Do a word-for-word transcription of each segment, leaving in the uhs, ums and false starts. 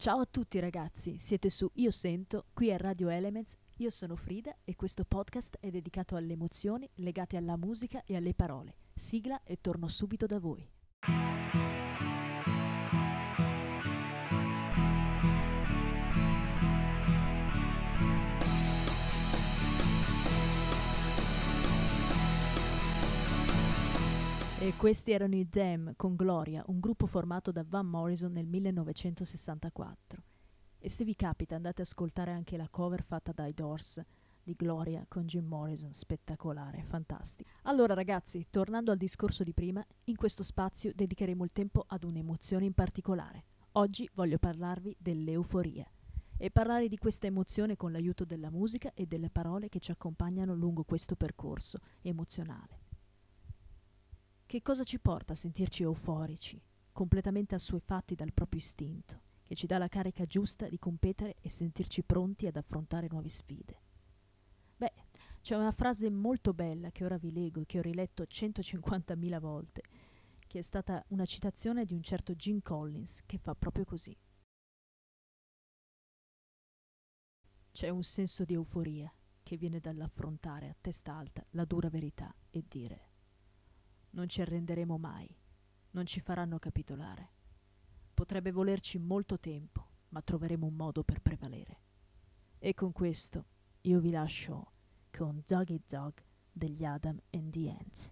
Ciao a tutti ragazzi, siete su Io Sento, qui a Radio Elements, io sono Frida e questo podcast è dedicato alle emozioni legate alla musica e alle parole. Sigla e torno subito da voi. E questi erano i Them con Gloria, un gruppo formato da Van Morrison nel millenovecentosessantaquattro. E se vi capita andate ad ascoltare anche la cover fatta dai Doors di Gloria con Jim Morrison, spettacolare, fantastico. Allora ragazzi, tornando al discorso di prima, in questo spazio dedicheremo il tempo ad un'emozione in particolare. Oggi voglio parlarvi dell'euforia e parlare di questa emozione con l'aiuto della musica e delle parole che ci accompagnano lungo questo percorso emozionale. Che cosa ci porta a sentirci euforici, completamente assuefatti dal proprio istinto, che ci dà la carica giusta di competere e sentirci pronti ad affrontare nuove sfide? Beh, c'è una frase molto bella che ora vi leggo e che ho riletto centocinquantamila volte, che è stata una citazione di un certo Jim Collins, che fa proprio così. C'è un senso di euforia che viene dall'affrontare a testa alta la dura verità e dire: non ci arrenderemo mai, non ci faranno capitolare. Potrebbe volerci molto tempo, ma troveremo un modo per prevalere. E con questo io vi lascio con Dog Eat Dog degli Adam and the Ants.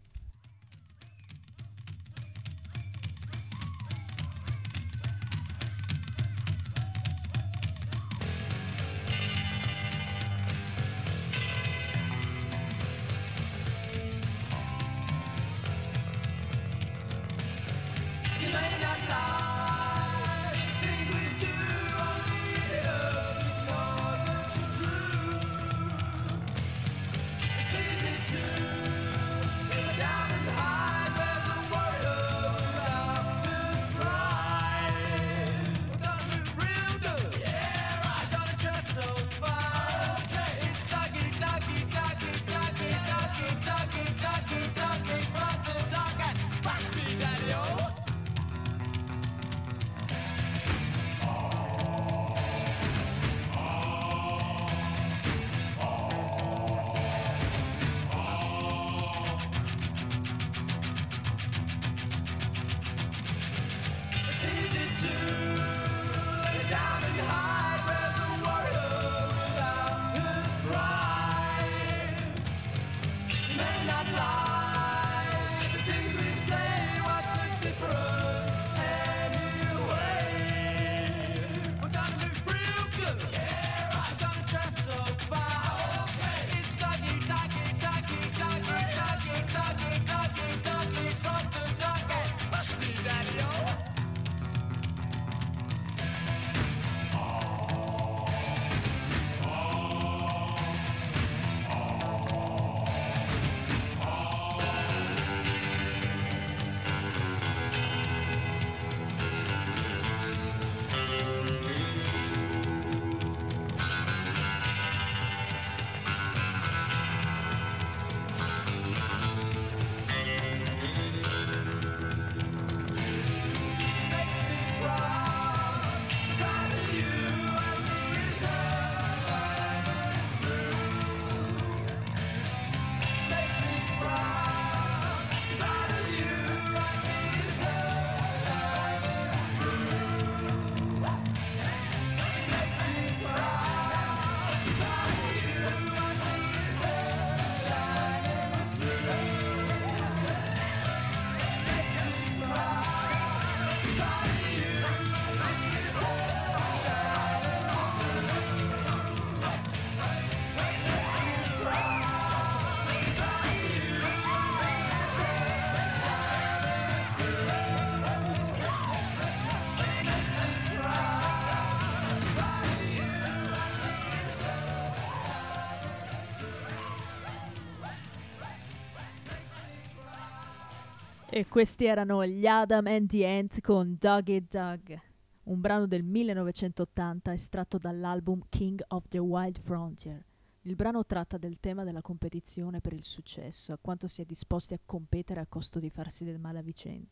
E questi erano gli Adam and the Ant con Dog Eat Dog, un brano del millenovecentottanta estratto dall'album King of the Wild Frontier. Il brano tratta del tema della competizione per il successo, a quanto si è disposti a competere a costo di farsi del male a vicenda.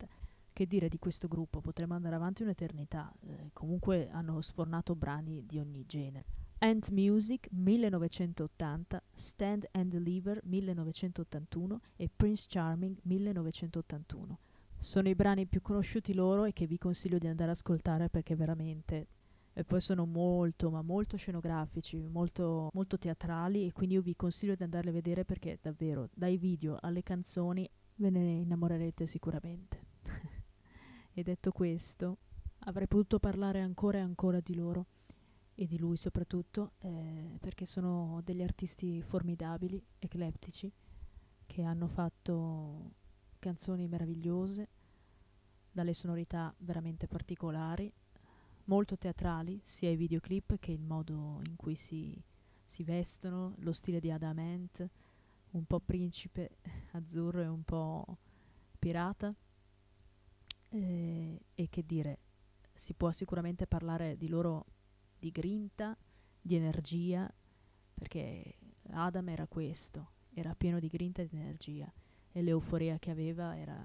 Che dire di questo gruppo? Potremmo andare avanti un'eternità. Eh, comunque hanno sfornato brani di ogni genere. Ant Music millenovecentottanta, Stand and Deliver millenovecentottantuno e Prince Charming millenovecentottantuno. Sono i brani più conosciuti loro e che vi consiglio di andare ad ascoltare perché veramente... E poi sono molto, ma molto scenografici, molto, molto teatrali e quindi io vi consiglio di andarli a vedere perché davvero, dai video alle canzoni, ve ne innamorerete sicuramente. E detto questo, avrei potuto parlare ancora e ancora di loro e di lui soprattutto, eh, perché sono degli artisti formidabili, eclettici, che hanno fatto canzoni meravigliose, dalle sonorità veramente particolari, molto teatrali, sia i videoclip che il modo in cui si, si vestono, lo stile di Adam Ant, un po' principe azzurro e un po' pirata. Eh, e che dire, si può sicuramente parlare di loro di grinta, di energia, perché Adam era questo, era pieno di grinta e di energia e l'euforia che aveva era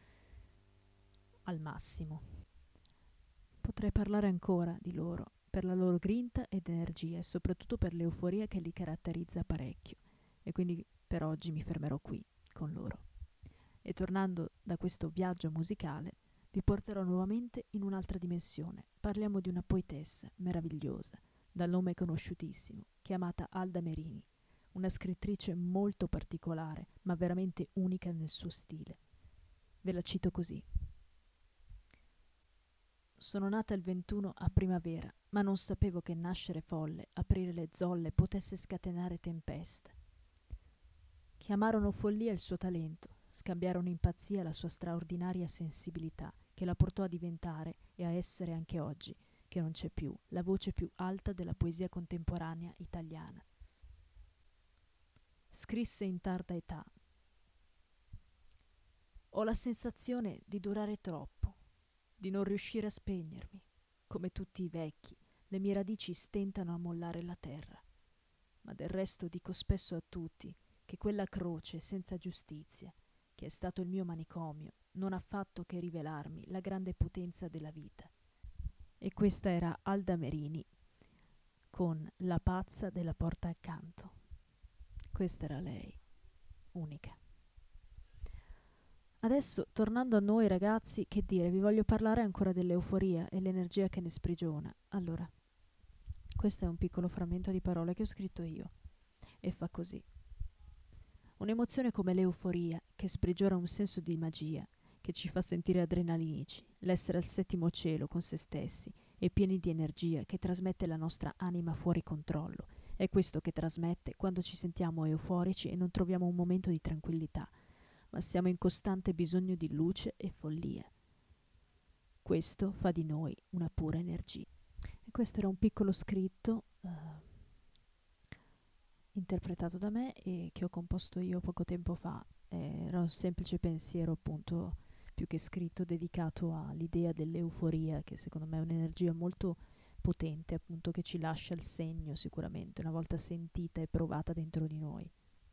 al massimo. Potrei parlare ancora di loro, per la loro grinta ed energia e soprattutto per l'euforia che li caratterizza parecchio. E quindi per oggi mi fermerò qui con loro. E tornando da questo viaggio musicale, vi porterò nuovamente in un'altra dimensione. Parliamo di una poetessa meravigliosa, dal nome conosciutissimo, chiamata Alda Merini, una scrittrice molto particolare, ma veramente unica nel suo stile. Ve la cito così. Sono nata il ventuno a primavera, ma non sapevo che nascere folle, aprire le zolle, potesse scatenare tempeste. Chiamarono follia il suo talento, scambiarono in pazzia la sua straordinaria sensibilità, che la portò a diventare e a essere anche oggi, che non c'è più, la voce più alta della poesia contemporanea italiana. Scrisse in tarda età. Ho la sensazione di durare troppo, di non riuscire a spegnermi. Come tutti i vecchi, le mie radici stentano a mollare la terra. Ma del resto dico spesso a tutti che quella croce senza giustizia, che è stato il mio manicomio, non ha fatto che rivelarmi la grande potenza della vita. E questa era Alda Merini con La pazza della porta accanto. Questa era lei, unica. Adesso, tornando a noi ragazzi, che dire, vi voglio parlare ancora dell'euforia e l'energia che ne sprigiona. Allora, questo è un piccolo frammento di parole che ho scritto io e fa così. Un'emozione come l'euforia, che sprigiona un senso di magia, che ci fa sentire adrenalinici, l'essere al settimo cielo con se stessi e pieni di energia, che trasmette la nostra anima fuori controllo. È questo che trasmette quando ci sentiamo euforici e non troviamo un momento di tranquillità, ma siamo in costante bisogno di luce e follia. Questo fa di noi una pura energia. E questo era un piccolo scritto uh, interpretato da me e che ho composto io poco tempo fa. Era un semplice pensiero, appunto, più che scritto, dedicato all'idea dell'euforia, che secondo me è un'energia molto potente, appunto, che ci lascia il segno sicuramente, una volta sentita e provata dentro di noi.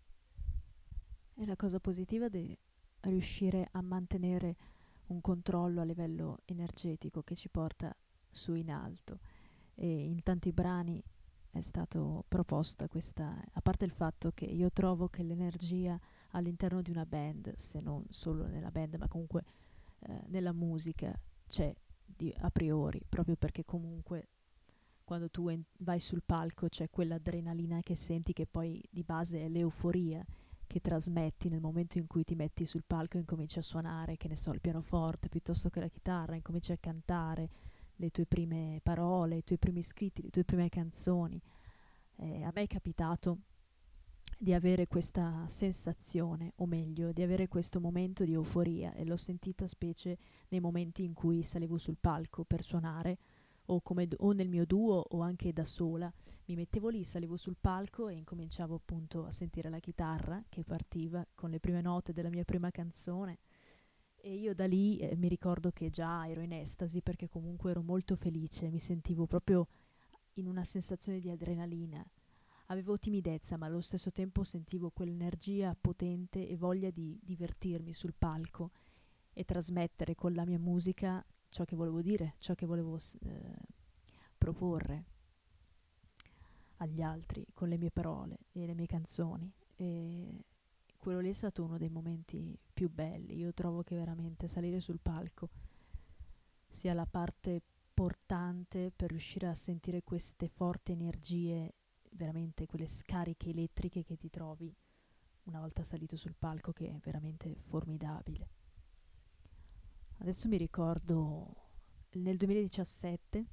E la cosa positiva di riuscire a mantenere un controllo a livello energetico che ci porta su in alto. E in tanti brani è stato proposta questa, a parte il fatto che io trovo che l'energia all'interno di una band, se non solo nella band, ma comunque eh, nella musica, c'è di, a priori, proprio perché comunque quando tu en- vai sul palco c'è quell'adrenalina che senti, che poi di base è l'euforia che trasmetti nel momento in cui ti metti sul palco e incominci a suonare, che ne so, il pianoforte piuttosto che la chitarra, incominci a cantare le tue prime parole, i tuoi primi scritti, le tue prime canzoni. Eh, a me è capitato di avere questa sensazione, o meglio, di avere questo momento di euforia, e l'ho sentita specie nei momenti in cui salivo sul palco per suonare, o, come, o nel mio duo o anche da sola. Mi mettevo lì, salivo sul palco e incominciavo appunto a sentire la chitarra che partiva con le prime note della mia prima canzone, e io da lì eh, mi ricordo che già ero in estasi, perché comunque ero molto felice, mi sentivo proprio in una sensazione di adrenalina. Avevo timidezza, ma allo stesso tempo sentivo quell'energia potente e voglia di divertirmi sul palco, e trasmettere con la mia musica ciò che volevo dire, ciò che volevo eh, proporre agli altri con le mie parole e le mie canzoni. E quello lì è stato uno dei momenti più belli. Io trovo che veramente salire sul palco sia la parte portante per riuscire a sentire queste forti energie, veramente quelle scariche elettriche che ti trovi una volta salito sul palco, che è veramente formidabile. Adesso mi ricordo nel duemiladiciassette,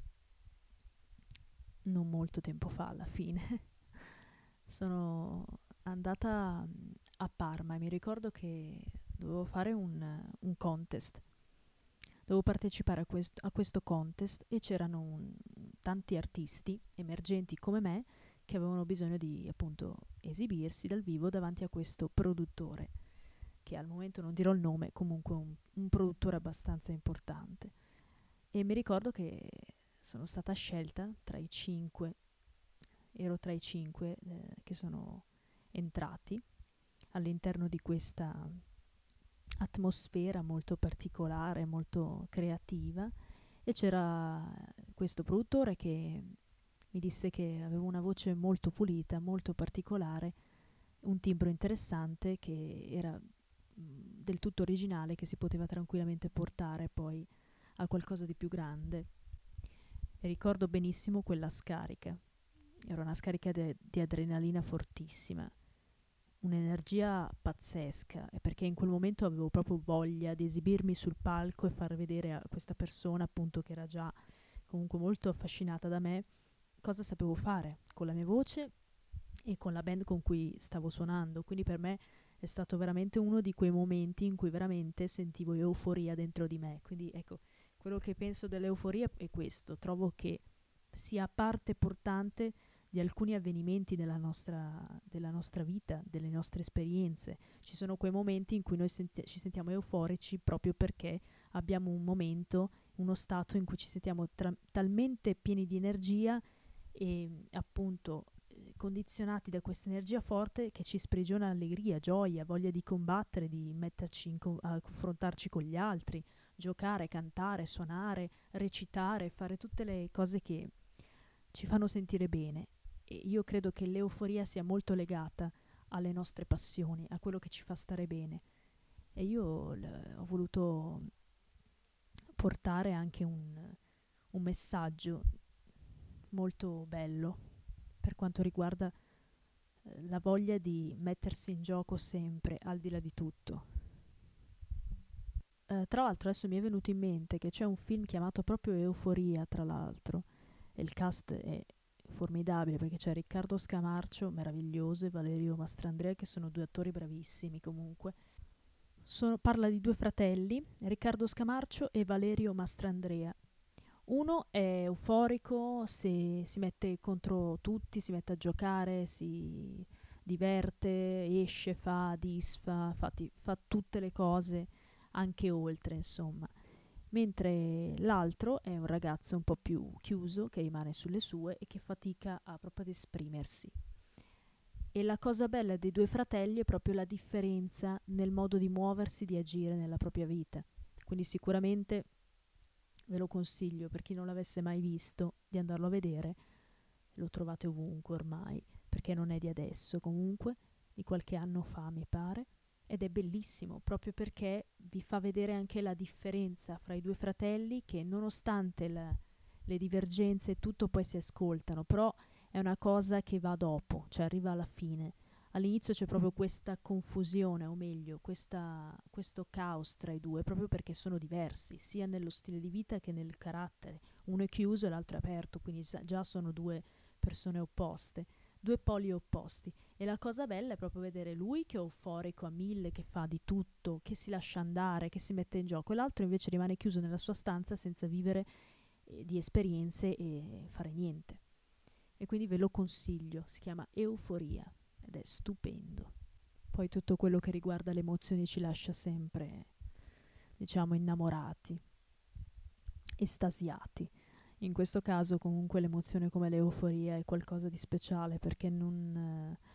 non molto tempo fa alla fine, sono andata a Parma e mi ricordo che dovevo fare un, un contest. Dovevo partecipare a, quest- a questo contest e c'erano un- tanti artisti emergenti come me che avevano bisogno di appunto esibirsi dal vivo davanti a questo produttore, che al momento non dirò il nome, comunque un, un produttore abbastanza importante. E mi ricordo che sono stata scelta tra i cinque, ero tra i cinque eh, che sono entrati all'interno di questa atmosfera molto particolare, molto creativa, e c'era questo produttore che mi disse che avevo una voce molto pulita, molto particolare, un timbro interessante che era mh, del tutto originale, che si poteva tranquillamente portare poi a qualcosa di più grande. E ricordo benissimo quella scarica. Era una scarica de- di adrenalina fortissima, un'energia pazzesca, e perché in quel momento avevo proprio voglia di esibirmi sul palco e far vedere a questa persona, appunto, che era già comunque molto affascinata da me, cosa sapevo fare con la mia voce e con la band con cui stavo suonando. Quindi per me è stato veramente uno di quei momenti in cui veramente sentivo euforia dentro di me. Quindi ecco, quello che penso dell'euforia è questo: trovo che sia parte portante di alcuni avvenimenti della nostra, della nostra vita, delle nostre esperienze. Ci sono quei momenti in cui noi senti- ci sentiamo euforici proprio perché abbiamo un momento, uno stato in cui ci sentiamo tra- talmente pieni di energia e appunto eh, condizionati da questa energia forte che ci sprigiona allegria, gioia, voglia di combattere, di metterci in co- a confrontarci con gli altri, giocare, cantare, suonare, recitare, fare tutte le cose che ci fanno sentire bene. E io credo che l'euforia sia molto legata alle nostre passioni, a quello che ci fa stare bene. E io l- ho voluto portare anche un, un messaggio molto bello per quanto riguarda eh, la voglia di mettersi in gioco sempre, al di là di tutto. Eh, tra l'altro adesso mi è venuto in mente che c'è un film chiamato proprio Euforia, tra l'altro, e il cast è formidabile perché c'è Riccardo Scamarcio, meraviglioso, e Valerio Mastrandrea, che sono due attori bravissimi comunque. Sono- parla di due fratelli, Riccardo Scamarcio e Valerio Mastrandrea. Uno è euforico, si, si mette contro tutti, si mette a giocare, si diverte, esce, fa, disfa, fa, ti- fa tutte le cose, anche oltre, insomma. Mentre l'altro è un ragazzo un po' più chiuso, che rimane sulle sue e che fatica a proprio ad esprimersi. E la cosa bella dei due fratelli è proprio la differenza nel modo di muoversi, di agire nella propria vita. Quindi sicuramente ve lo consiglio per chi non l'avesse mai visto di andarlo a vedere. Lo trovate ovunque ormai, perché non è di adesso comunque, di qualche anno fa mi pare, ed è bellissimo proprio perché vi fa vedere anche la differenza fra i due fratelli, che nonostante la- le divergenze e tutto poi si ascoltano, però è una cosa che va dopo, cioè arriva alla fine. All'inizio c'è proprio questa confusione, o meglio, questa- questo caos tra i due, proprio perché sono diversi, sia nello stile di vita che nel carattere. Uno è chiuso e l'altro è aperto, quindi già già sono due persone opposte, due poli opposti. E la cosa bella è proprio vedere lui che è euforico a mille, che fa di tutto, che si lascia andare, che si mette in gioco, e l'altro invece rimane chiuso nella sua stanza senza vivere eh, di esperienze e fare niente. E quindi ve lo consiglio, si chiama Euforia ed è stupendo. Poi tutto quello che riguarda le emozioni ci lascia sempre, diciamo, innamorati, estasiati. In questo caso comunque l'emozione come l'euforia è qualcosa di speciale perché non, eh,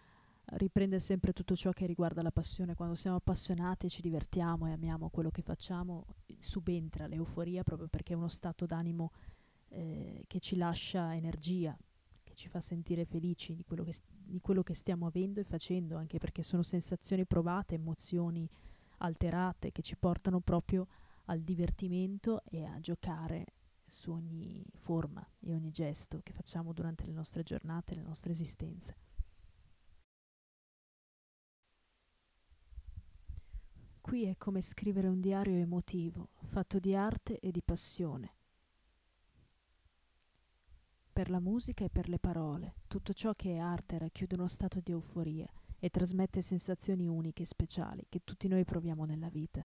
riprende sempre tutto ciò che riguarda la passione. Quando siamo appassionati, ci divertiamo e amiamo quello che facciamo, subentra l'euforia, proprio perché è uno stato d'animo eh, che ci lascia energia, che ci fa sentire felici di quello che, di quello che stiamo avendo e facendo, anche perché sono sensazioni provate, emozioni alterate che ci portano proprio al divertimento e a giocare su ogni forma e ogni gesto che facciamo durante le nostre giornate e le nostre esistenze. Qui è come scrivere un diario emotivo, fatto di arte e di passione. Per la musica e per le parole, tutto ciò che è arte racchiude uno stato di euforia e trasmette sensazioni uniche e speciali che tutti noi proviamo nella vita.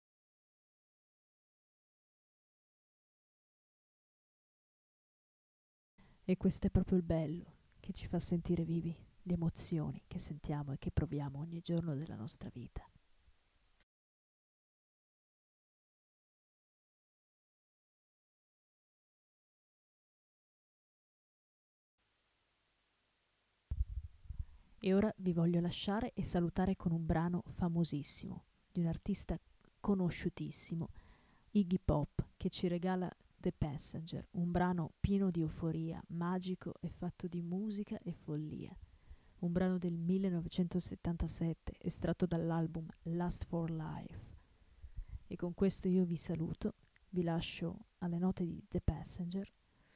E questo è proprio il bello, che ci fa sentire vivi, le emozioni che sentiamo e che proviamo ogni giorno della nostra vita. E ora vi voglio lasciare e salutare con un brano famosissimo, di un artista conosciutissimo, Iggy Pop, che ci regala The Passenger, un brano pieno di euforia, magico e fatto di musica e follia. Un brano del millenovecentosettantasette, estratto dall'album Last for Life. E con questo io vi saluto, vi lascio alle note di The Passenger.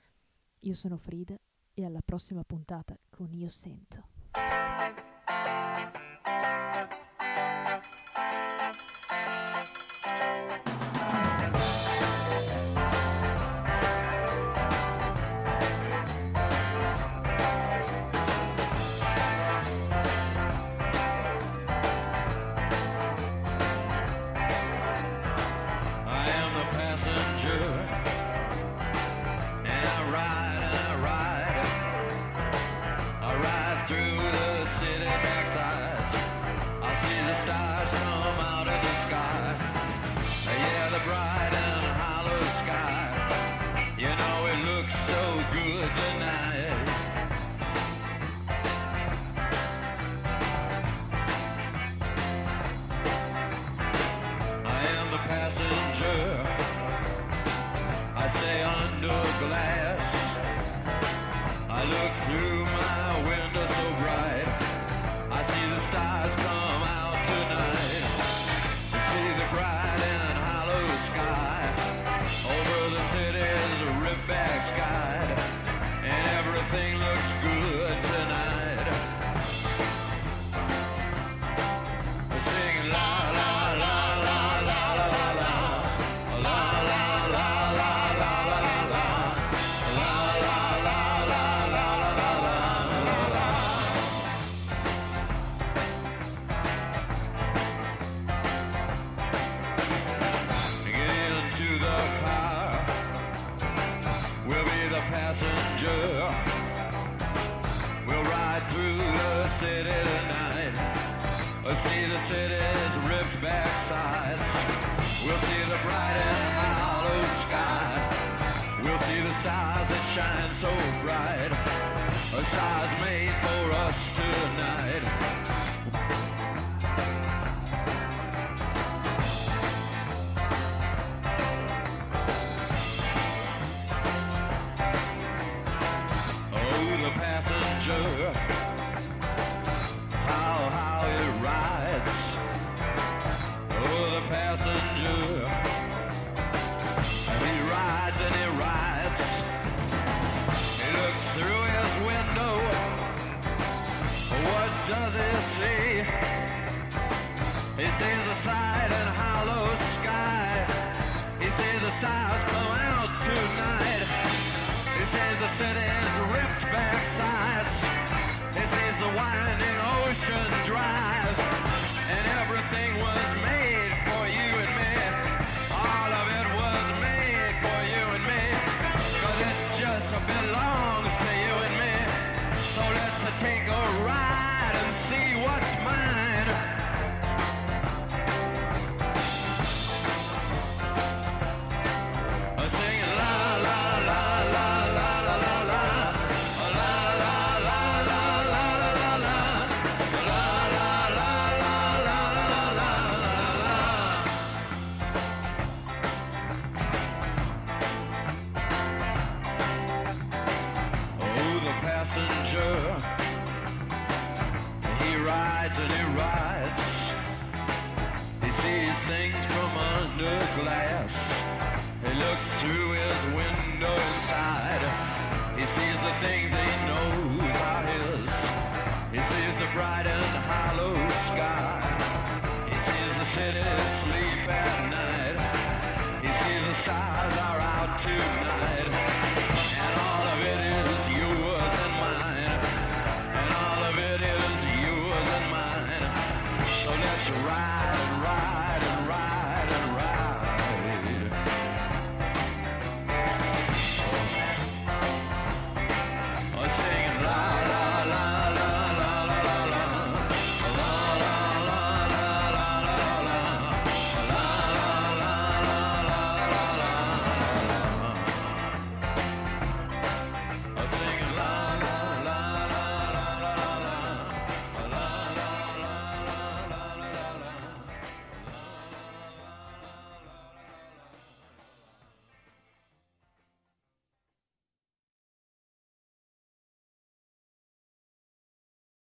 Io sono Frida e alla prossima puntata con Io Sento. Singing la la la la la la la la. passenger. He rides and he rides. He sees things from under glass. He looks through his window inside. He sees the things he knows are his. He sees the bright and hollow sky. He sees the city sleep at night. He sees the stars are out tonight.